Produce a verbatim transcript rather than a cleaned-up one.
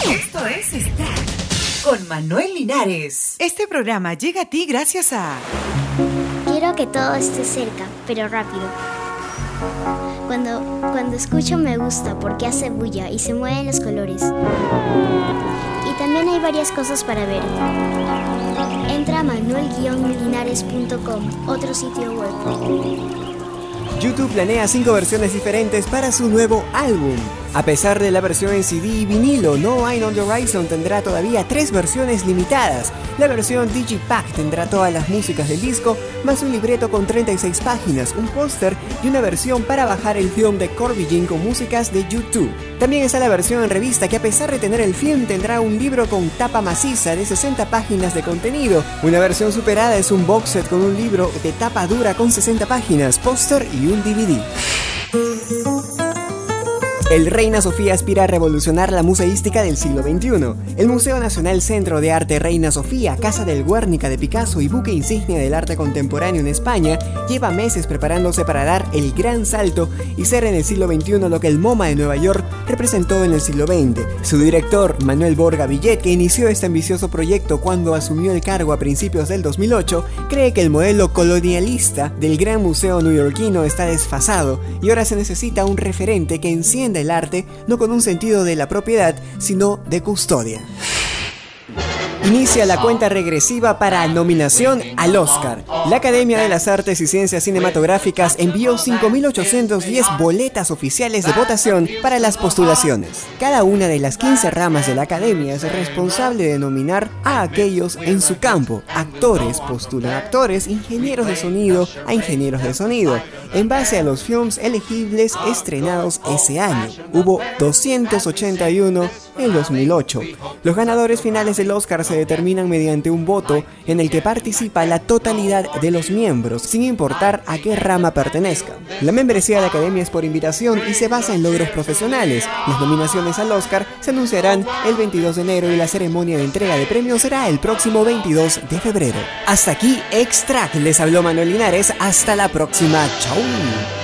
Esto es Start con Manuel Linares. Este programa llega a ti gracias a... Quiero que todo esté cerca, pero rápido. Cuando, cuando escucho me gusta porque hace bulla y se mueven los colores. Y también hay varias cosas para ver. Entra a manuel guion linares punto com, otro sitio web. YouTube planea cinco versiones diferentes para su nuevo álbum. A pesar de la versión en C D y vinilo, No Wine on the Horizon tendrá todavía tres versiones limitadas. La versión Digipack tendrá todas las músicas del disco, más un libreto con treinta y seis páginas, un póster y una versión para bajar el film de Corbijn con músicas de YouTube. También está la versión en revista que, a pesar de tener el film, tendrá un libro con tapa maciza de sesenta páginas de contenido. Una versión superada es un box set con un libro de tapa dura con sesenta páginas, póster y un D V D. El Reina Sofía aspira a revolucionar la museística del siglo veintiuno. El Museo Nacional Centro de Arte Reina Sofía, casa del Guernica de Picasso y buque insignia del arte contemporáneo en España, lleva meses preparándose para dar el gran salto y ser en el siglo veintiuno lo que el MoMA de Nueva York representó en el siglo veinte. Su director, Manuel Borga Villet, que inició este ambicioso proyecto cuando asumió el cargo a principios del dos mil ocho, cree que el modelo colonialista del gran museo neoyorquino está desfasado y ahora se necesita un referente que encienda el arte, no con un sentido de la propiedad, sino de custodia. Inicia la cuenta regresiva para nominación al Oscar. La Academia de las Artes y Ciencias Cinematográficas envió cinco mil ochocientas diez boletas oficiales de votación para las postulaciones. Cada una de las quince ramas de la Academia es responsable de nominar a aquellos en su campo. Actores postulan actores, ingenieros de sonido a ingenieros de sonido, en base a los films elegibles estrenados ese año. Hubo doscientos ochenta y uno en dos mil ocho. Los ganadores finales del Oscar se determinan mediante un voto en el que participa la totalidad de los miembros, sin importar a qué rama pertenezcan. La membresía de la Academia es por invitación y se basa en logros profesionales. Las nominaciones al Oscar se anunciarán el veintidós de enero y la ceremonia de entrega de premios será el próximo veintidós de febrero. Hasta aquí Extract, les habló Manuel Linares, hasta la próxima, chau.